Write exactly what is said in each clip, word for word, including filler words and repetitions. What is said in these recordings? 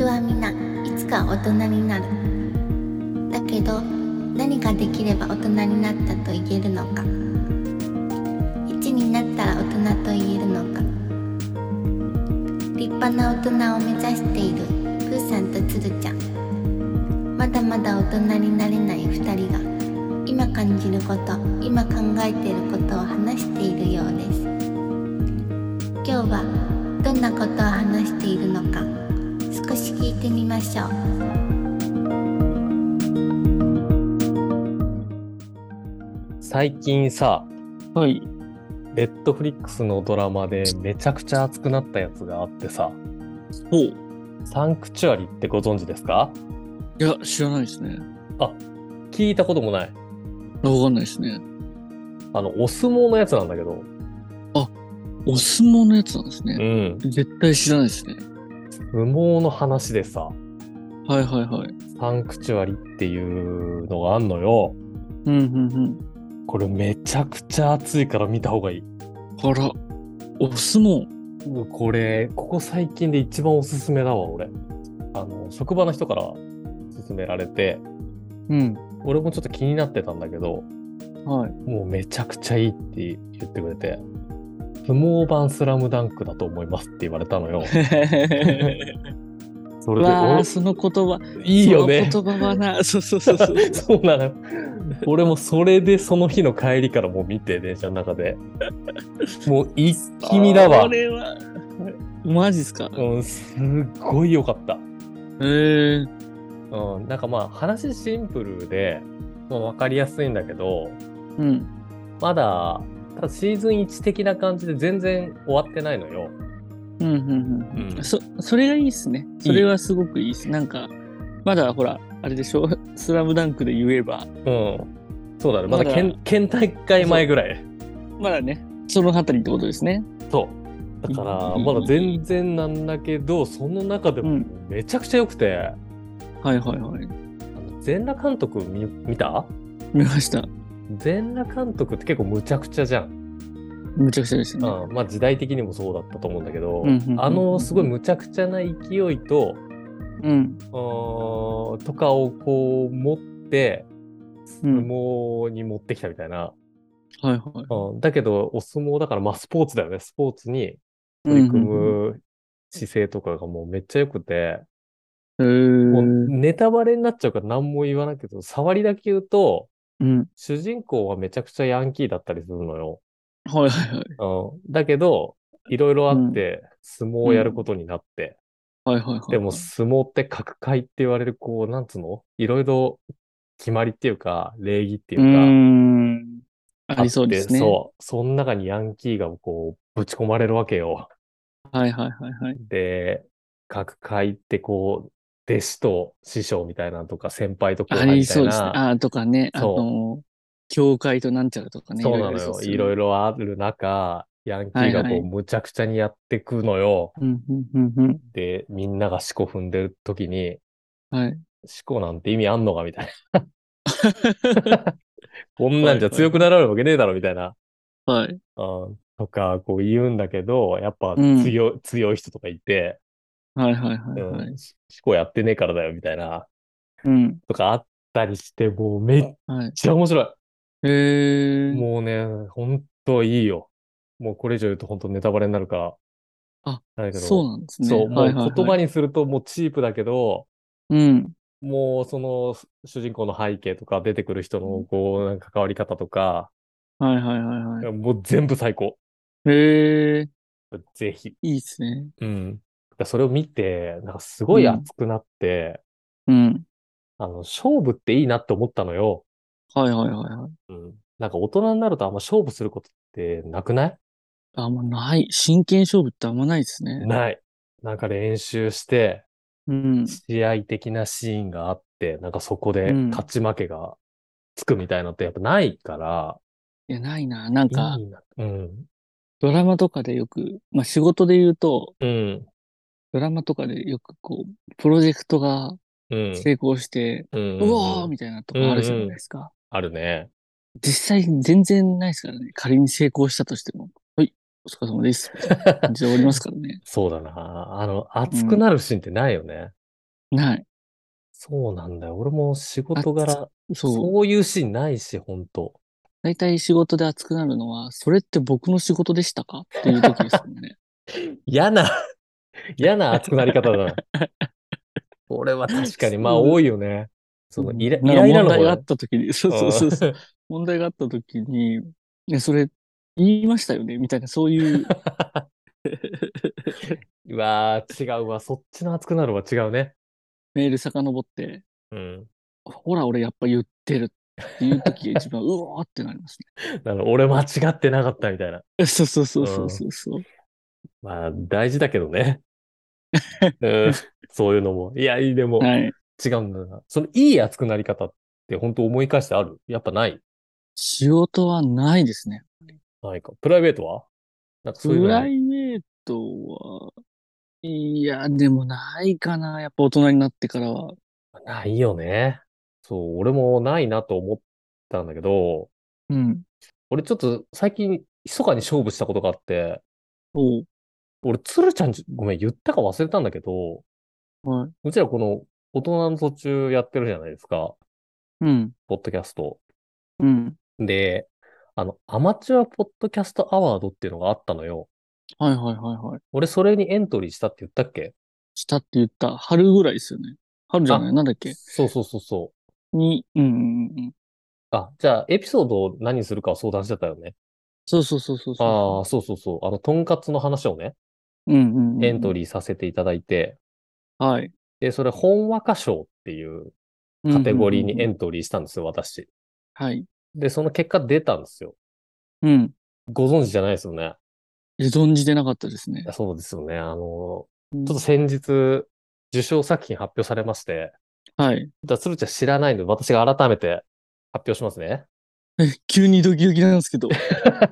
は皆いつか大人になる。だけど何ができれば大人になったと言えるのか。いちになったら大人と言えるのか。立派な大人を目指しているプーさんとつるちゃん。まだまだ大人になれないふたりが今感じること、今考えていることを話しているようです。今日はどんなことを話しているのか少し聞いてみましょう。 最近さ、 はい。 ネットフリックスのドラマでめちゃくちゃ熱くなったやつがあってさ、 ほう。 サンクチュアリってご存知ですか？ いや、知らないですね。 あ、聞いたこともない。 あわかんないですね。 あの、お相撲のやつなんだけど、 お相撲のやつなんですうね。 ん、 絶対知らないですね。 相撲の話でさ、 はいはいはい。 サンクチュアリっていうのがあんのよ。 うんうんうん。 これめちゃくちゃ熱いから見た方がいい。 あら、お相撲。 もうこれ、ここ最近で一番おすすめだわ、俺。あの、職場の人から勧められて、 うん。 俺もちょっと気になってたんだけど、 はい。 もうめちゃくちゃいいって言ってくれて、相撲版スラムダンクだと思いますって言われたのよ。それで、 わあ、 俺、 その言葉。 いいよね。 その言葉はな、そうそうそうそう。 そうなのよ。俺もそれでその日の帰りからもう見て、電車の中で。もう一気見だわ。 これは、マジっすか。 うん、すっごい良かった。 へえ。 うん、なんかまあ話シンプルで、まあ、分かりやすいんだけど、 うん。 まだ、ただシーズンいち的な感じで全然終わってないのよ。 うんうんうん。 うんそ、それがいいっすね。それはすごくいいっす。なんか、まだほら、あれでしょ、スラムダンクで言えば、 うん。そうだね。まだまだ県、県大会前ぐらい。 まだね、そのあたりってことですね。 そう。だから、 いいまだ全然なんだけど、その中でもうんめちゃくちゃ良くて、 はいはいはい。 あの全裸監督見、見た？ 見ました。 全裸監督って結構むちゃくちゃじゃん。 むちゃくちゃですね。 うん。まあ時代的にもそうだったと思うんだけど、 うんうんうんうんあのすごいむちゃくちゃな勢いと、 うん。 うーんとかをこう持って、相うん。 撲に持ってきたみたいな。 はいはい。 うん、だけど、お相撲だから、まあ、スポーツだよね。スポーツに取り組うんうんむ姿勢とかがもうめっちゃ良くて、 うん。 もうへえ。 ネタバレになっちゃうから何も言わないけど、触りだけ言うと、 うん。 主人公はめちゃくちゃヤンキーだったりするのよ。 はいはいはい。 うん、だけど、いろいろあうん。 って、相撲をやるうん。 ことになって、 はいはいはいでもはい。 相撲って角界って言われる、こう、なんつうのいろいろ決まりっていうか、礼儀っていうーうか、 ん。ありそうであって、 すね。 そう、その中にヤンキーがこう、ぶち込まれるわけよ。 はいはいはいはい。 で、各界ってこう、弟子と師匠みたいなのとか、先輩と後あ輩みたりそうですね。 いな、 あーとかね。あその、教会となんちゃらとかう、 ね。いろいろありそうなのよ。 そうですよね。 いろいろある中、ヤンキーがこう、 はいはい。 むちゃくちゃにやってくのよ。 うんうんうんうん。 で、みんなが四股踏んでる時に、 はい。 四股なんて意味あんのかみたいな。こんなんじゃはいはいはい。 強くなられるわけねえだろみたいな。 はい。 うん、とか、こう言うんだけど、やっぱうん。 強い、強い人とかいて、 はいはいはいうん、 はい。 し四股やってねえからだよみたいな。 うん。 とかあったりして、もうめっはい。 ちゃ面白い。 へえ。 もうね、ほんといいよ。もうこれ以上言うと本当ネタバレになるから、 あ、 だけど、 そうなんですね。 そう、 はいもう言葉はいはい。 にするともうチープだけど、 うん。 もうその主人公の背景とか出てくる人のこう、なんか関わり方とか、 はいはいはいはい。 もう全部最高。 へえ、 ぜひ。 いいっすね。 うん。だからそれを見て、なんかすごいうん。 熱くなって、 うん。 あの、勝負っていいなって思ったのよ。 はいはいはいはい。 うん。なんか大人になるとあんま勝負することってなくない？ あんまない。真剣勝負ってあんまないですね。 ない。なんか練習して、 うん。 試合的なシーンがあって、なんかそこでうん。 勝ち負けがつくみたいのってやっぱないから、 いや、ないな。なんか、 いいな。うん。 ドラマとかでよく、まあ仕事で言うと、 うん。 ドラマとかでよくこう、プロジェクトがうん。 成功して、 うん。 ううん。 わーみたいなとうん。 かあるじゃなうん。 いですか。 あるね。 実際全然ないですからね。仮に成功したとしても。はい、お疲れ様です。みたいな感じで終わりますからね。 そうだな。あの、 うん。 熱くなるシーンってないよね。 ない。 そうなんだよ。俺も仕あつ、 事柄、 そう。 そういうシーンないし、ほんと。 大体仕事で熱くなるのは、それって僕の仕事でしたかっていう時ですもんね。 嫌な、嫌な熱くなり方だな。これは確かに、まあ多いよね。そのイラ、イなんかライラ問題があっの方ね。 た時に、そうそうそうそう。 うん。 問題があった時に、いや、それ言いましたよねみたいな、そういう。 うわー、違うわ。そっちの熱くなるは違うね。 メール遡って、 うん。 ほら、俺やっぱ言ってるっていう時が一番、うおーってなりますだから俺間違ってなかったみたいな。 ね。そうそうそうそううん。 そうそう。 まあ大事だけどね。うん。そういうのも。いや、でもはい。 違うんだな。そのいい熱くなり方って本当思い返してある？やっぱない？ 仕事はないですね。 ないか。プライベートはなんかそういうプラのに。 イベートは、いや、でもないかな。やっぱ大人になってからは。 ないよね。そう、俺もないなと思ったんだけど、 うん。 俺ちょっと最近、密かに勝負したことがあって、 おう。 俺、鶴ちゃんち、ごめん、言ったか忘れたんだけど、 はい。 うちらこの大人の途中やってるじゃないですか、 うん。 ポッドキャスト。 うん。 で、あの、アマチュアポッドキャストアワードっていうのがあったのよ。 はいはいはいはい。 俺、それにエントリーしたって言ったっけ？ したって言った。春ぐらいですよね。春じゃなあ、 い。なんだっけ？ そうそうそうそう。 に、うんうんうんうん。 あ、じゃあ、エピソードを何するかを相談してたよね。 そうそうそうそうそうそう。 ああ、そうそうそう。あの、とんかつの話をね、 うんうんうんうん。 エントリーさせていただいて、 はい。 で、それ、本和歌賞っていうカうんうんテゴリーにうんうん。 エントリーしたんですよ、私。 はい。 で、その結果出たんですよ。 うん。 ご存知じゃないですよね。 え、存じてなかったですね。 いやそうですよね。あの、ちょっとうん。 先日、受賞作品発表されまして、 はい。 だ鶴ちゃん知らないので、私が改めて発表しますね。 え、急にドキドキなんですけど。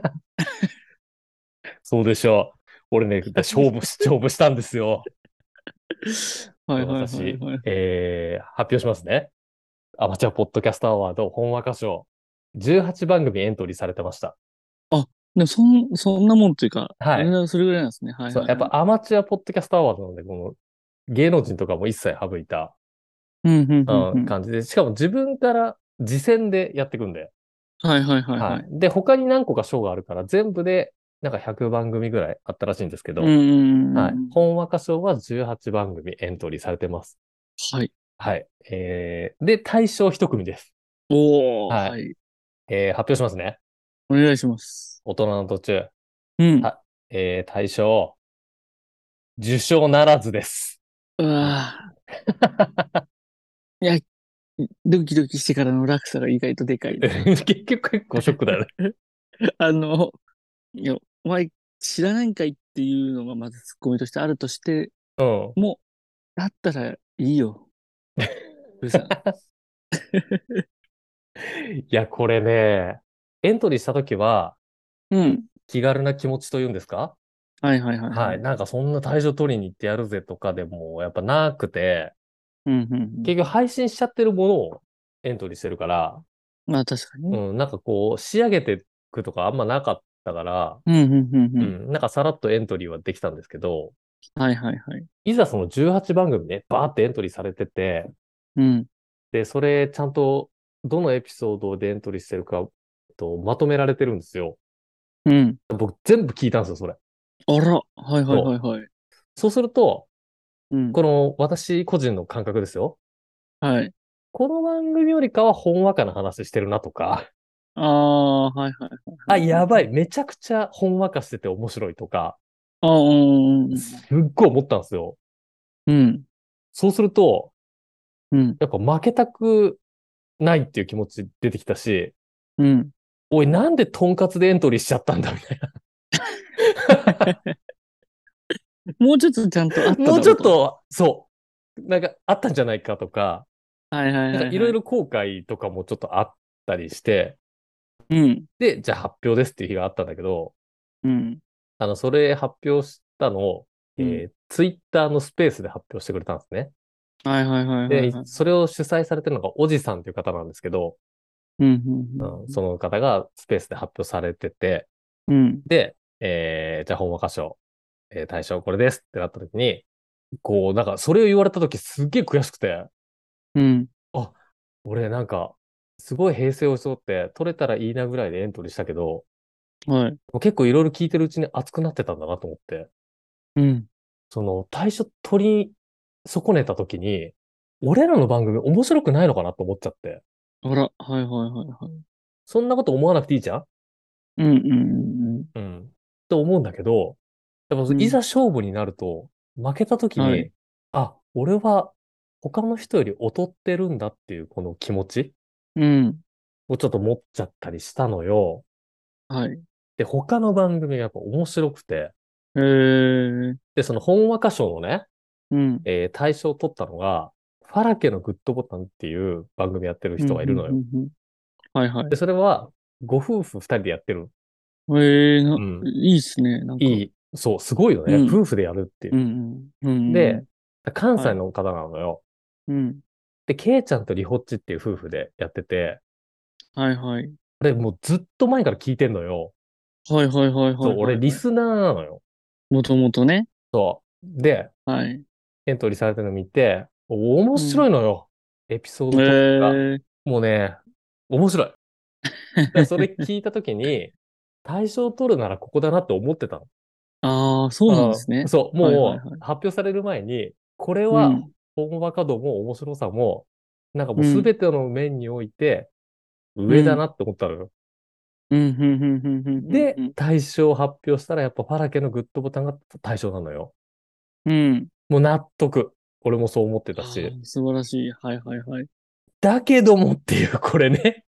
そうでしょう。俺ね、勝負し、勝負したんですよ。 はいはいはい私、 はい。 えー、発表しますね。アマチュアポッドキャストアワード本和歌賞。じゅうはちばん組エントリーされてました。 あ、でもそん、そんなもんというか、あはい。 れだ、それぐらいなんですね。はいそう、 はいはい。 やっぱアマチュアポッドキャストアワードなので、この芸能人とかも一切省いた、 うん、うん、うん、 うん、 うん。 感じで、しかも自分から次戦でやっていくんで、 はいはいはいはい。 はい。で、他に何個か賞があるから、全部でなんかひゃくばん組ぐらいあったらしいんですけうん、うど、 ん、うんはい。 うん。 本和歌賞はじゅうはちばん組エントリーされてます。 はい。 はい。えー、で、対象一組です。 おー、 はい。 はい。 えー、発表しますね。 お願いします。 大人の途中。 うん。 は、えー、対象、受賞ならずです。 うわー。いや、ドキドキしてからの落差が意外とでかいな。 結局結構ショックだよね。 あの、いや、お前知らないんかいっていうのがまずツッコミとしてあるとしてうん。 も、だったらいいよ、プーさん。 いや、これね、エントリーしたときは、 うん。 気軽な気持ちというんですか？ はいはいはいはい。 はい。 なんかそんな対象取りに行ってやるぜとかでも、やっぱなくて、 うん、うん、 結局配信しちゃってるものをエントリーしてるから、 うん。まあ確かにね。 うん、なんかこう、仕上げていくとかあんまなかったから、 うん、うん、うん、うん。 うん、なんかさらっとエントリーはできたんですけど、 はいはいはい。 いざそのじゅうはちばん組ね、バーってエントリーされてて、 うん。 で、それちゃんとどのエピソードでエントリーしてるか、えっと、まとめられてるんですよ。 うん。 僕全部聞いたんですよ、それ。 あら。はいはいはそう。 いはい。 そうすると、 うん。 この私個人の感覚ですよ。 はい。 この番組よりかはほんわかな話してるなとか、 ああ、はいはいはいあ、 はいはいはい。 やばい、めちゃくちゃほんわかしてて面白いとか、 ああ、うん、うん、 すっごい思ったんですよ。 うん。 そうすると、 うん、 やっぱ負けたくないっていう気持ち出てきたし、 うん。 おい、なんでとんかつでエントリーしちゃったんだみたいもうちょっとちゃんとあっな。もうちょただろうと。 っと、そう、なんかあったんじゃないかとか、 はいはいなんかはいはい。 いろいろ後悔とかもちょっとあったりして、 うん、 で、じゃあ発表ですっていう日があったんだけど、 うん、 あの、それ発表したのを、 うん。 えー、ツイッターのスペースで発表してくれたんですね。 はいはいはいはいで、 はい。 それを主催されてるのがおじさんという方なんですけど、 うん、 うん、その方がスペースで発表されてて、 うん、 で、えー、じゃあ本和歌賞、えー、大賞これですってなった時に、 こう、なんかそれを言われた時すっげえ悔しくて、 うん。 あ、俺なんか、すごい平成を装って取れたらいいなぐらいでエントリーしたけど、 はい。 もう結構いろいろ聞いてるうちに熱くなってたんだなと思って、 うん。 その、対象取り損ねた時に、俺らの番組面白くないのかなと思っちゃって、 あら、はいはいはいはい。 そんなこと思わなくていいじゃん。 うんうんうんうん。と思うんだけど、やっぱうん。うん。 いざ勝負になると、負けた時はい。 に、あ、俺は他の人より劣ってるんだっていうこの気持ちうん。 をちょっと持っちゃったりしたのよ。 はい。 で、他の番組がやっぱ面白くて、 えー。 で、その本和歌賞のね、 うん。 えー大賞を取ったのが、ファラケのグッドボタンっていう番組やってるうん。うん。 人がいるのよ。 うん。うん。はいはで、 い。 それは、ご夫婦二人でやってる。 えー、な、 うん。 いいっすね。なんか。 いい。そう、すごいよね。 うん。 夫婦でやるっていう。 うん。うん。うん。うで、 ん。 関はい。 西の方なのよ。 うん。 で、ケイちゃんとリホッチっていう夫婦でやってて、 はいはい。 で、もうずっと前から聞いてんのよ。 はいはいはいはそう、俺いはいはい。 リスナーなのよ。 もともとね。 そう。で、 はい。 エントリーされてるの見て、お面うん。 白いのよ。エピソードトークが。 えー。 もうね、面白い。だからそれ聞いたときに、大賞取るならここだなって思ってたの。 ああ、そうなんですね。 うん、そう、 はいはいもうはい。 発表される前に、これはうん。 本場稼働も面白さも、なんかもうすうん。 べての面においてうん。 上だなって思ったのよ。 うん。うん。うん。うん。うん。 で、 うん。 大賞を発表したらやっぱファラケのグッドボタンが大賞なのよ。 うん。 もう納得。俺もそう思ってたあし。 あ、素晴らしい。はいはいはい。 だけどもっていう、これね。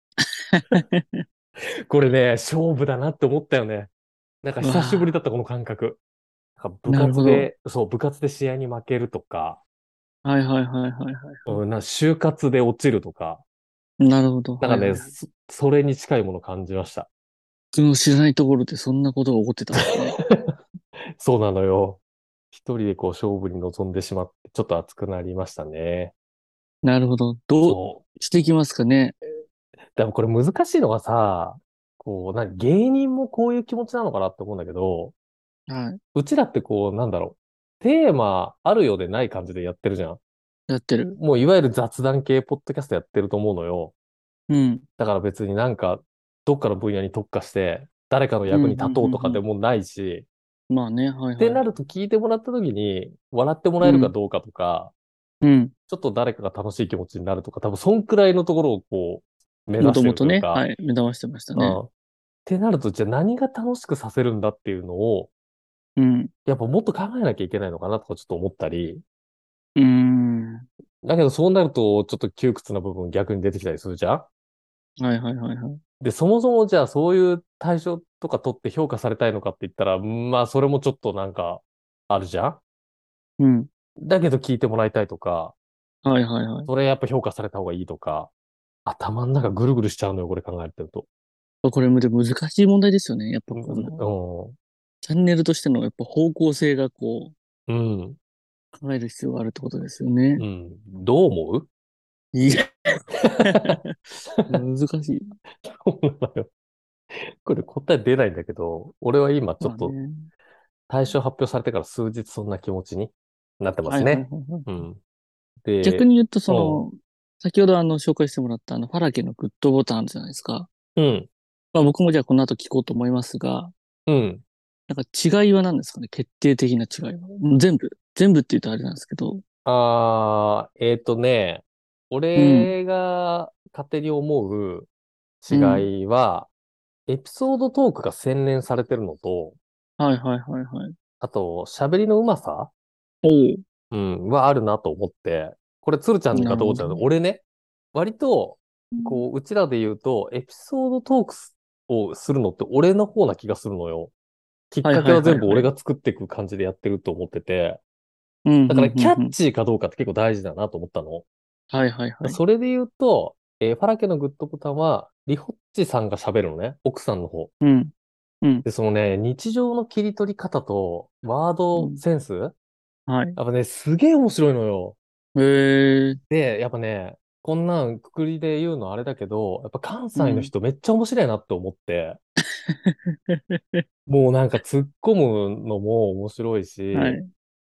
これね、勝負だなって思ったよね。なんかわ久しぶりだっあ、 たこの感覚。なんか部なるほど。 活で、そう、部活で試合に負けるとか、 はいはいはいはいはいはうん、な、就活で落ちるとか、 い。なるほど。 なんかね、 はいはいはい。 そ、それに近いものを感じました。 僕の知らないところでそんなことが起こってたんですね。 そうなのよ。一人でこう勝負に臨んでしまって、ちょっと熱くなりましたね。 なるほど。どうそう。 していきますかね。 でもこれ難しいのがさ、こう、な、芸人もこういう気持ちなのかなって思うんだけど、 はい。 うちらってこう、なんだろう。テーマあるようでない感じでやってるじゃん。 やってる。 もういわゆる雑談系ポッドキャストやってると思うのよ。 うん。 だから別になんか、どっかの分野に特化して、誰かのうん、うん、 役に立とうとうん、うん。 かでもないし、 まあね。はいってはいはい。 なると聞いてもらった時に、笑ってもらえるかうん。 どうかとか、 うん。 ちょっと誰かが楽しい気持ちになるとか、多分そんくらいのところをこう、目も指してるともとね。はというか、 い。目覚ましてましたね。 うん。ってなると、じゃあ何が楽しくさせるんだっていうのを、 うん。 やっぱもっと考えなきゃいけないのかなとかちょっと思ったり、 うーん。 だけどそうなると、ちょっと窮屈な部分逆に出てきたりするじゃん。 はいはいはいはい。 で、そもそもじゃあそういう対象とか取って評価されたいのかって言ったら、まあそれもちょっとなんかあるじゃん。 うん。 だけど聞いてもらいたいとか、 はいはいはい。 それやっぱ評価された方がいいとか、頭の中ぐるぐるしちゃうのよ、これ考えてると。 これもで難しい問題ですよね。やっぱこの、 うチャンネルとしてのやっぱ方向性がこん。うん。 う、考える必要があるってことですよね。 うん。どう思う？ いや、難しい。 そうなのよ。これ答え出ないんだけど、俺は今ちょっとまあね。 対象発表されてから数日そんな気持ちになってまはいはいはいすね。 はい。 うん。で、 逆に言うと、そうん。 の、先ほどあの、紹介してもらったあの、ファラケのグッドボタンあるじゃないですか。 うん。 まあ僕もじゃあこの後聞こうと思いますが、 うん。 なんか違いは何ですかね、決定的な違いは。もう全部、全部って言うとあれなんですけど。 あー、えっとね、 うん、 俺が勝手に思ううん。 違いは、エピソードトークが洗練されてるのと、 はいはいはいはい。 あと、喋りの上手さ、 おお、 うん、はあるなと思って、これ、つるちゃんなるほど。 がどうじゃん。俺ね、割と、こう、うちらで言うと、エピソードトークスをするのって俺の方な気がするのよ。きっはいはいかけははいはい。 全部俺が作っていく感じでやってると思ってて、 うん、うん、 だからキャッうん、うん。 チーかどうかって結構大事だなと思ったの。 はいはいはい。 それで言うと、えーファラケのグッドボタンは、リホッチさんが喋るのね。奥さんの方。 うん、うん、 で、そのね、日常の切り取り方と、ワードうん。 センスやっはい。 ぱね、すげえ面白いのよ。 えー、 で、やっぱね、こんなんくくりで言うのあれだけど、やっぱ関西のうん。 人めっちゃ面白いなって思って、もうなんか突っ込むのも面白いし、 はい。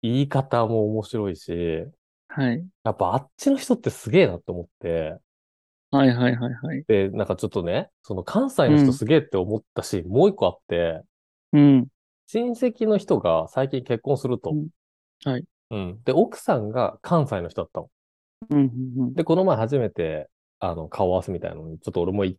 言い方も面白いし、 はい。 やっぱあっちの人ってすげえなって思って、 はいはいはいはい。 で、なんかちょっとね、その関西うん。 の人すげえって思ったし、もう一個あって、 うん。 親戚の人が最近結婚すると。 うん。はい。 うん。で、奥さんが関西の人だったの。 うん。うん。 で、この前初めて、あの、顔合わせみたいなのに、ちょっと俺も行って、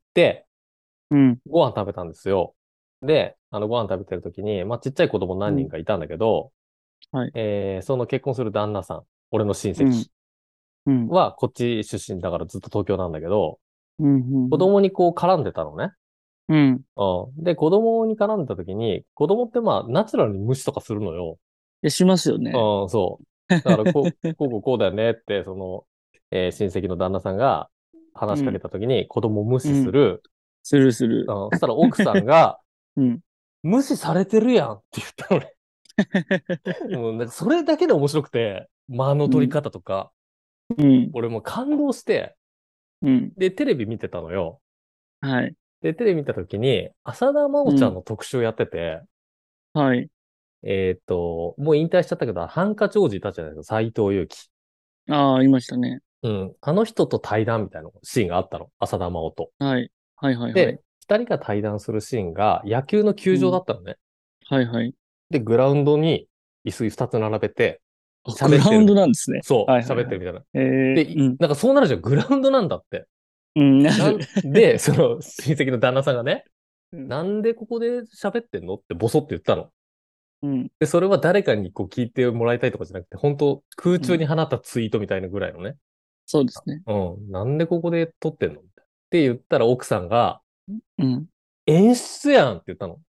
うん。 ご飯食べたんですよ。で、あの、ご飯食べてる時に、まあ、ちっちゃい子供何うん。 人かいたんだけど、 はい。 えー、その結婚する旦那さん、俺の親うん。 戚うん。 はこっち出身だからずっと東京なんだけど、 うん。 子うん。 供にこう絡んでたのね。 うん。 うん。で、子供に絡んでた時に、子供ってまあ、ナチュラルに無視とかするのよ。 いや、しますよね。 うん、そう。だから、こう、こうこうこうだよねって、その、えー親戚の旦那さんが話しかけうん。 た時に子供を無うん。 視する。 するする。 うん、そしたら奥さんが、 うん。 無視されてるやんって言ったのね。もう、なんかそれだけで面白くて、間の取りうん。 方とか、 うん。 俺もう感動して、 うん。 で、テレビ見てたのよ。 はい。 で、テレビ見た時に、浅田真央ちゃんうん。 の特集やってて、 はい。 えっと、もう引退しちゃったけど、ハンカチ王子いたじゃないですか、斎藤佑樹。 ああ、いましたね。 うん。あの人と対談みたいなシーンがあったの。浅田真央と。 はい。はいはいはい。 で、二人が対談するシーンが野球の球場だうん。 ったのね。 はいはい。 で、グラウンドに椅子二つ並べて、 あ、グラウンド喋ってるみ、 なんですね。 そう、 はいはいはい。 喋ってるみたいな。 ええ、 で、いうん。 なんかそうなるじゃん。グラウンドなんだって。 うん、なる。 なんで、その親戚の旦那さんがね、 うん。 なんでここで喋ってんのってボソって言ったの。 うん。 で、それは誰かにこう聞いてもらいたいとかじゃなくて、本当空うん。 中に放ったツイートみたいなぐらいのね。 そうですね。 うん。なんでここで撮ってんのって言ったら奥さんが、 うん。 演出やんって言ったの。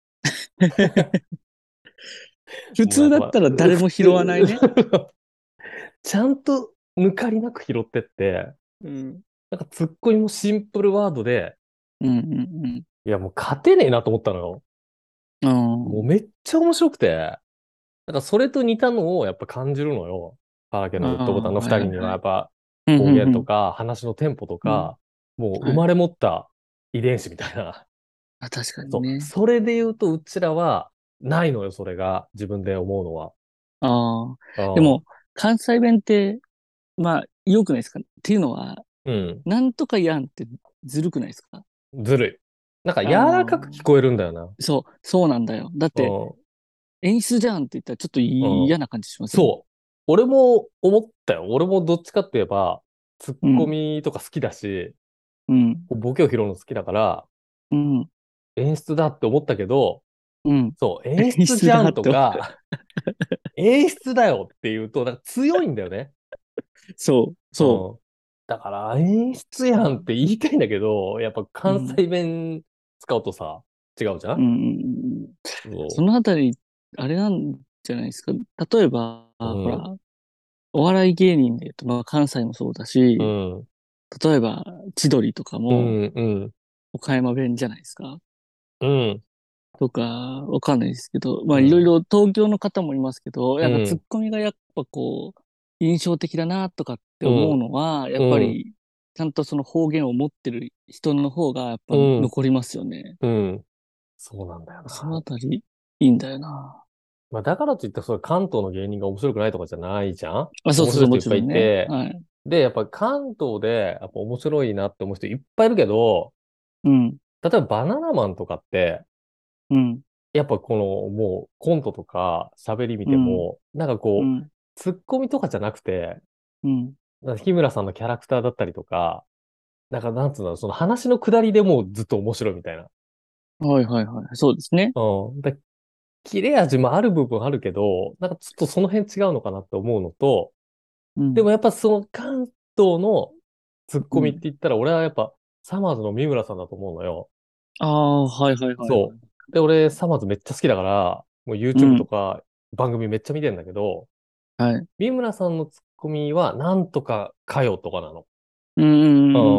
普もうなんか、 通だったら誰普も拾わない通ね。 ちゃんと抜かりなく拾ってって、 うん。 なんかツッコミもシンプルワードで、 うんうんいやもう勝てねえなと思ったのよ。 うん。ああ。 もうめっちゃ面白くて、なんかそれと似たのをやっぱ感じるのよ。パラケのウッドボタンああ、 の二人にはいはいはい。 はやっぱうん方うんうん。 言とか話のテンポとうん。 か、もう生はい。 まれ持った遺伝子みたいな。 あ、確かにそう。 ね。 それで言うとうちらはないのよ、それが。自分で思うのは。 ああ。 うん。 でも、関西弁って、まあ、良くないですかっていうのは、 うん。 なんとかやんってずるくないですか？ ずるい。なんか柔らかく聞あこえるんだよな。 あ。そう、そうなんだよ。だって、 うん。 演出じゃんって言ったらちょっとうん。 嫌な感じしますよね。 そう。俺も思ったよ。俺もどっちかって言えば、ツッコうん、 ミとか好きだし、 うん、 こうボケを拾うの好きだから、 うん、 演出だって思ったけど、 うん。 そう、演演出出じゃんとだって思った。 か、演出だよって言うと、なんか強いんだよね。 そう、そうん。だから、演出やんって言いたいんだけど、やっぱう。うん、 関西弁使うとさ、違うじゃん。 うん、うん。そそのあたり、あれなんじゃないですか。例えば、 う。 ほら、 うん。 お笑い芸人で言うと、まあ、関西もそうだうし、 ん。 例えば、千鳥とかも、 うん。うん。 岡山弁じゃないですか。 うん。 とか、わかんないですけど、まあ、いろいうん。 ろ東京の方もいますけど、やっぱツッうん。 コミがやっぱこう、印象的だなとかって思ううん。 のは、やっぱうん。 り、ちゃんとその方言を持ってる人の方がやっぱうん。 残りますよね。 うん。そうなんだよそのな。 あたり、いいんだよな。 まあ、だからといって、それ関東の芸人が面白くないとかじゃないじゃん。 あ、そう面そうそう、も白い人いっぱいいちろんね。 て。 はい。 で、やっぱ関東で、やっぱ面白いなって思う人いっぱいいるけど、 うん、 例えばバナナマンとかって、 うん、 やっぱこのもうコントとか喋り見うん、 ても、なんかこう、 うん、 ツッコミとかじゃなくて、 うん。 なんか日村さんのキャラクターだったりとか、なんかなんつうの、その話の下りでもうずっと面白いみたいな。 はいはいはい。そうですね。 うん。で、切れ味もある部分あるけど、なんかちょっとその辺違うのかなって思うのと、 うん、 でもやっぱその関東のツッコミってうん。 言ったら、俺はやっぱサマーズの三村さんだと思うのよ。 ああ、はいはいはいはそい。 う。で、俺サマーズめっちゃ好きだから、もうう YouTube とん、 か番組めっちゃ見てんだけど、 はい。 三村さんのツッコミはなんとかかよとかなの。 うん、うん、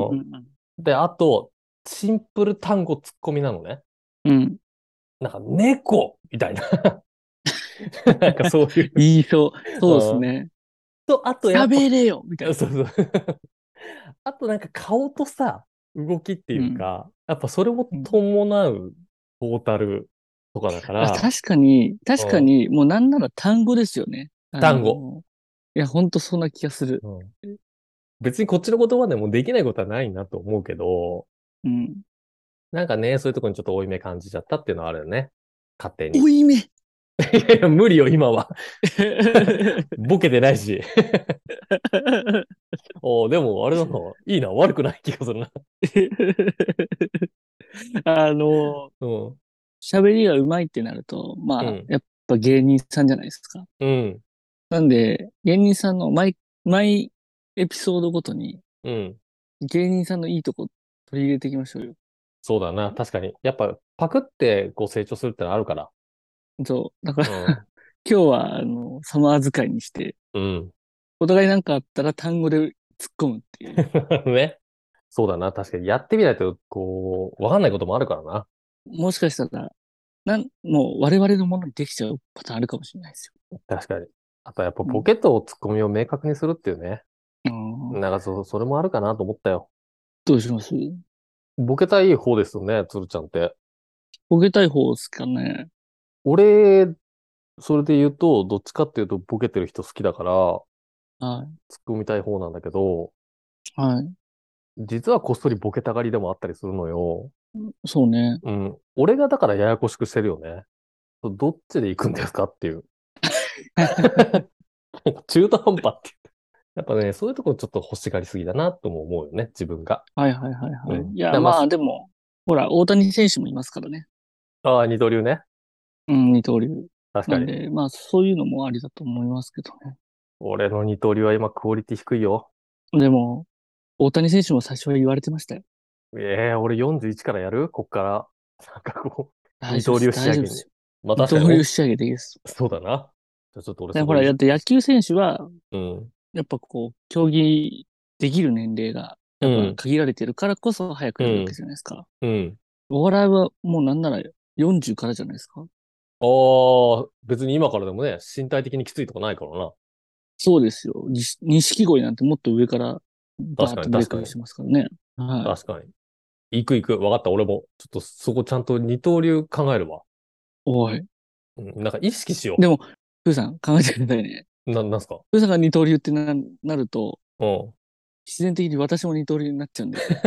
うん、 うん。で、あと、シンプル単語ツッコミなのね。 うん。うん。 なんか猫みたいな。なんかそういう。 言いそう。そうですうん。 ね。 と、あとやっぱ、 喋れよみたいな。 そうそう。あとなんか顔とさ、動きってうん。 いうか、やっぱそれもうん。 伴うトータルとかだかあ、 ら、 確かに、確かうん、 に、もうなんなら単語ですよね。 あ単語。 の、いや、ほんとそんな気がする。 うん、別にこっちの言葉でもできないことはないなと思うけど、 うん。 なんかね、そういうところにちょっと負い目感じちゃったっていうのはあるよね。勝手に。 負い目いやいや、無理よ、今は。ボケてないし。おーでも、あれだな。いいな。悪くない気がするな。 あの、 うん。 喋りが上手いってなると、まあ、 うん。 やっぱ芸人さんじゃないですか。 うん。 なんで、芸人さんの毎、毎エピソードごとに、 うん。 芸人さんのいいとこ取り入れていきましょうよ。 そうだな。確かに。やっぱ、パクってこう成長するってのあるから。 そう。だからうん。 今日は、あの、サマー使いにして、 うん。 お互いなんかあったら単語で突っ込むっていう。 ね。そうだな。確かに。やってみないと、こう、わかんないこともあるからな。 もしかしたら、なん、もう我々のものにできちゃうパターンあるかもしれないです確かに。あと、やっぱよ。 ボケとツッコミを明確にするっていうね。 うん。あーなんかそ、それもあるかなと思ったよ。 どうします？ ボケたい方ですよね、つるちゃんって。 ボケたい方ですかね。 俺、それで言うと、どっちかっていうと、ボケてる人好きだから、 は突っ込みたい方なんだけど、 い。はい。 実はこっそりボケたがりでもあったりするのよ。 そうね。 うん。俺がだからややこしくしてるよね。どっちで行くんですかっていう。中途半端っていう。やっぱね、そういうところちょっと欲しがりすぎだなとも思うよね、自分が。 はいはいはいはい。 うん。 いや、 でまあ、 まあでも、ほら、大谷選手もいますからね。 ああ、二刀流ね。 うん、二刀流。 確かに。 なんで、まあそういうのもありだと思いますけどね。 俺の二刀流は今クオリティ低いよ。 でも、大谷選手も最初は言われてましたよ。 ええ俺よんじゅういちからやるこっから。なんかこう、二刀大丈夫です。 流仕上げに。 大丈夫ですよ。二まあ確かにお、 刀流仕上げでいいです。 そうだな。じゃあちょっと俺でほら、 そこいじ、 だって野球選手は、 うん。 やっぱこう、競技できる年齢が、やっぱうん。 限られてるからこそ早くうん。 やるわけじゃないですか。 うん。 お笑いはもうなんならよんじゅうからじゃないですか。 ああ、別に今からでもね、身体的にきついとかないからな。 そうですよ。に錦鯉なんてもっと上からバ確ーッかに確かに。 とブレイクしてますからね。はい。 確かに。行く行く。わかった。俺も。ちょっとそこちゃんと二刀流考えるわ。 おい。 うん。なんか意識しよでも、プーさん考えてくださいね。 う。な、なんすか？ プーさんが二刀流ってな、なると、 うん。 自然的に私も二刀流になっちゃうんで。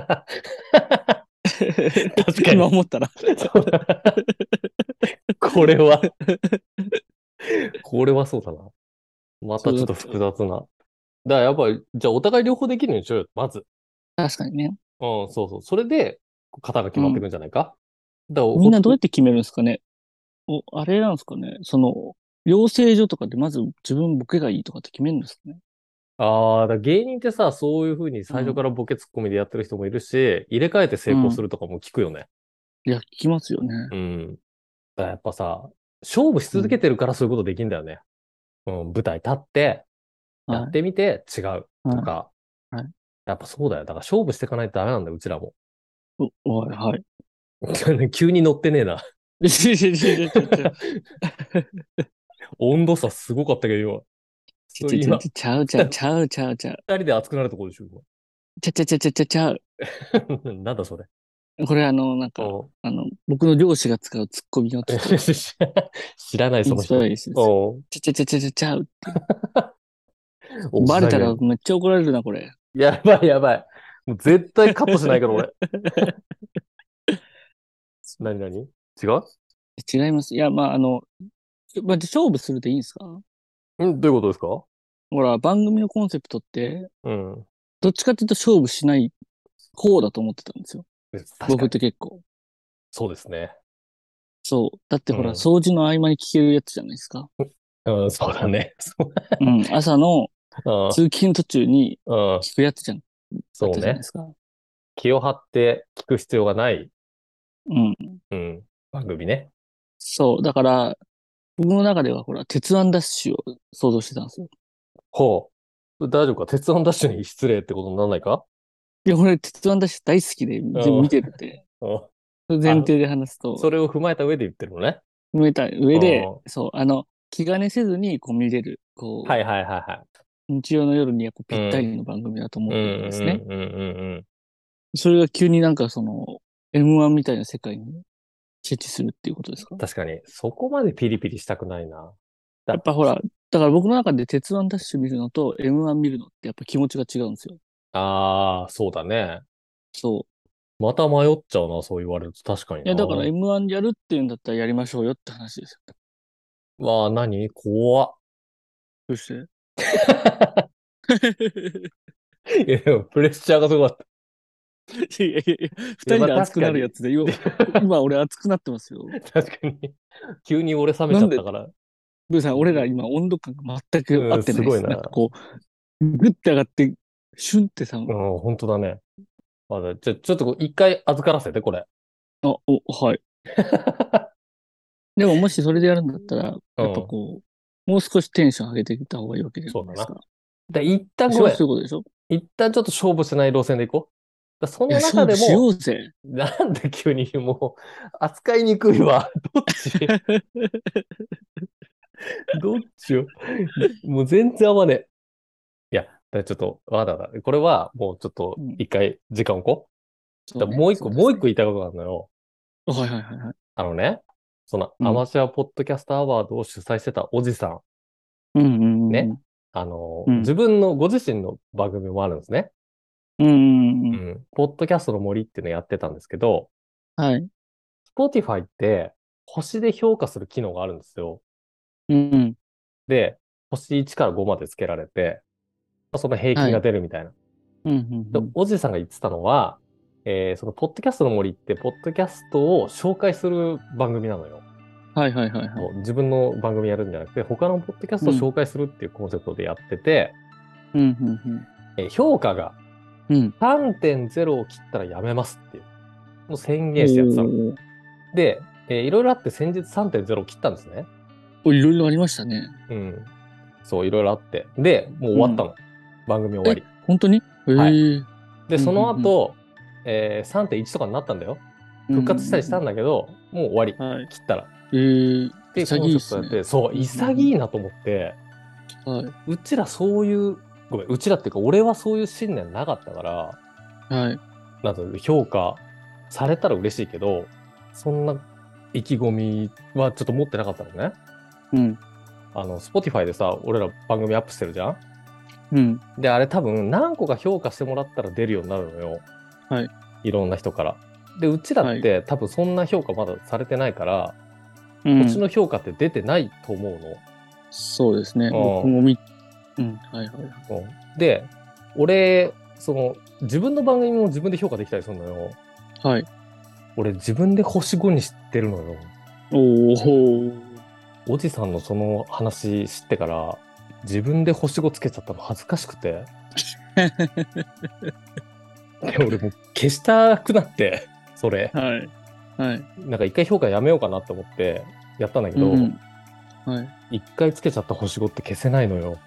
確かに。 今思ったらそうだこれは、これはそうだな。またそうちょっと複だって。 雑な。だからやっぱり、じゃあお互い両方できるようにしようよ。まず。 確かにね。 うん、そうそう。それで、型が決まってくうん。 るんじゃないか？だから、 みんなどうやほ、 って決めるんですかね。お、あれなんですかね。その、養成所とかでまず自分ボケがいいとかって決めるんですかね。 ああ、だから芸人ってさ、そういう風に最初かうん。 らボケツッコミでやってる人もいるし、入れ替えて成功すうん。 るとかも聞くよね。 いや、聞きますよね。 うん。だからやっぱさ、勝負しうん。 続けてるからそういうことできんだよね。うん、舞台立って、やっはい。 てみて違うとはい。 か。 はい。 やっぱそうだよ。だから勝負していかないとダメなんだよ、うちらも。 お、おい、はい。 急に乗ってねえな。 ちょちょちょちょちょ。 温度差すごかったけど、今。 ちょちょちょそう今、 ちょちゃうちゃうちゃうちゃうちゃう。 二人で熱くなるところでしょ、 ちゃちゃちゃちゃちゃちゃう。 今。なんだそれ。 これあの、なんか、 おうあの、僕の上司が使うツッコミのちょっと知らない、 インスパイアその人。 ですよ。 おうちゃちゃちゃちゃちゃちゃうっていう。 おバレたら何めっちゃ怒られるな、これ。 やばいやばい。もう絶対カットしないから、俺。何何違う違います。いや、まあ、あの、まあ、勝負するでいいんですか？ んどういうことですか？ ほら、番組のコンセプトって、 うん。 どっちかっていうと勝負しない方だと思ってたんですよ。僕っ確かに。 て結構。 そうですね。 そう。だってほら、 うん。 掃除の合間に聞けるやつじゃないですか。 うん、そうだね。そううん。朝のあ通勤途中にあ、うん、 聞くやつじゃん、だっそうね。 たじゃないですか。 気を張って聞く必要がない、 うん。 うん、番組ね。 そう。だから、僕の中ではほら、鉄腕ダッシュを想像してたんですよ。 ほう。大丈夫か？鉄腕ダッシュに失礼ってことにならないか？ いや、俺、鉄腕ダッシュ大好きでうん。 全部見てるんで、 うん。あ、 前提で話すと、 それを踏まえた上で言ってるのね。 埋めた上で、 うん。 そう、あの、気兼ねせずにこう見れる、こはいはいはいはい。 う、日曜の夜にはこうぴったうん。 りの番組だとうん思ってるんですね。 うんうんうんうん。 それが急になんかその、エムワン みたいな世界に設置するっていうことですか？ 確かに、そこまでピリピリしたくないな。だ、 やっぱほら、 だから僕の中で鉄腕ダッシュ見るのと エムワン 見るのってやっぱ気持ちが違うんですよ。 ああ、そうだね。 そう。 また迷っちゃうな、そう言われると確かにな。 いや、だから エムワン やるっていうんだったらやりましょうよって話ですよ。 わあ、何怖っ。 どうしていや、でもプレッシャーがすごかった。 いやいやいや、二人いやまあで熱くなるやつで、今、今俺熱くなってますよ。 確かに。急に俺冷めちゃったから。 ブーさん、俺ら今温度感が全く合ってないです。 うんすごいななんかこう、グッて上がって、シュンってさ、 うん、本当だね。まだちょ、ちょっとこう一回預からせて、これ。 あ、お、はい。でももしそれでやるんだったら、やっぱこう、もう少しテンション上げていった方がいいわけじゃないですか。 で一旦ごめん。 そういうことでしょ？ 一旦ちょっと勝負しない路線でいこう。だそのいや、 中で勝負しよも、 うぜ。 なんで急にもう、扱いにくいわ。どっちどっちよ。もう全然合わねえ。いや、だからちょっと、わかったわかった。これはもうちょっと一回時間をこう。 そうねだからもう一個、 そうですねもう一個言いたいことがあるのよ。 はいはいはいはい。 あのね、そのうんアマチュアポッドキャストアワードを主催してたおじさん、 うんうんうん。 ね。あの、 うん自分のご自身の番組もあるんですね。 うんうんう。 うんん。ポッドキャストの森っていうのやってたんですけど、 はい。 Spotify って星で評価する機能があるんですよ。 うんうん。 で、星いちからごまでつけられて、まあその平均が出るみたいな。 うんうんで、おじさんが言ってたのは、えーそのポッドキャストの森って、ポッドキャストを紹介する番組なのよ。 はいはいはいはい。 もう自分の番組やるんじゃなくて、他のポッドキャストを紹介するっていうコンセプトでやってて、 うんうんえー評価がうん。うん。 さんてんゼロを切ったらやめますっていう、もう宣言してやってたの。 おーで、えーいろいろあって先日 さんてんゼロを切ったんですね。 お、いろいろありましたね。 うん。そう、いろいろあって。で、もう終わったの。番組終わり。 本当に？へはえ。 で、そのうんうん後、えーさんてんいちとかになったんだよ。復活したりしたんだけど、もう終わり。 はい。 切ったら。 えー、 で、コン潔いっすね。 セプトやって、そう、潔いなと思って、 はい。 うちらそういう、ごめん、うちらっていうか、俺はそういう信念なかったから、 はい。 なんと評価されたら嬉しいけど、そんな意気込みはちょっと持ってなかったのね。 うん。 あの、Spotify でさ、俺ら番組アップしてるじゃん。 うん。 で、あれ多分何個か評価してもらったら出るようになるのよ。 はい。 いろんな人から。で、うちらって多分そんな評価まだされてないから、 うん。 こっちの評価って出てないと思うの。 そうですね。 ん僕も見、うん。はいはい。 うんで、俺、その、自分の番組も自分で評価できたりするのよ。 はい。 俺、自分で星ごにしてるのよ。 おお。 おじさんのその話知ってから、自分で星ごつけちゃったの恥ずかしくて。で俺もう消したくなって、それ。 はい。はい。 なんか一回評価やめようかなって思ってやったんだけど、 うんはい。 一回つけちゃった星ごって消せないのよ。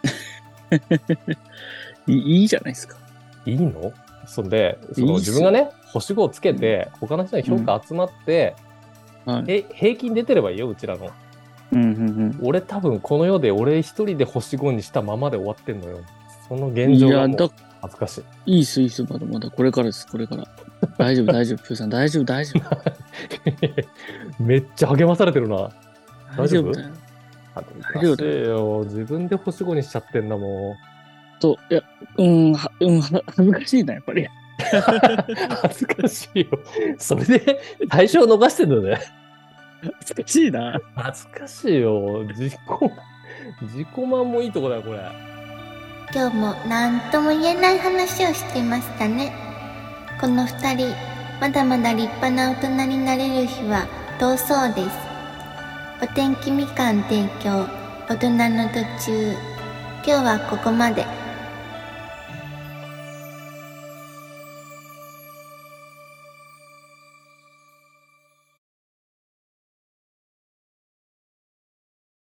いいいいじゃないですか。 いいの？そんで、そのいいっすよ自分がね、星ごをつけて、他の人に評価集まって、 はい。 え平均出てればいいよ、うちらの。 うんうん俺多分この世で俺一人で星ごにしたままで終わってんのよ。そのうん。 現いや、 状がもうだ、 恥ずかしい。 いいっす、いいっす。まだまだ、これからです、これから。大丈夫、大丈夫。プーさん、大丈夫、大丈夫。 めっちゃ励まされてるな。 大丈夫だよ。 恥ずかしいよ。自分で星ごにしちゃってんだもん。 と、いや、うん、はうん、は恥ずかしいな、やっぱり。 恥ずかしいよ。それで対象を逃してんだね。 恥ずかしいな。 恥ずかしいよ。自己、自己満もいいとこだよ、これ。 今日も何とも言えない話をしていましたね。この二人、まだまだ立派な大人になれる日は遠そうです。お天気みかん提供、大人の途中。今日はここまで。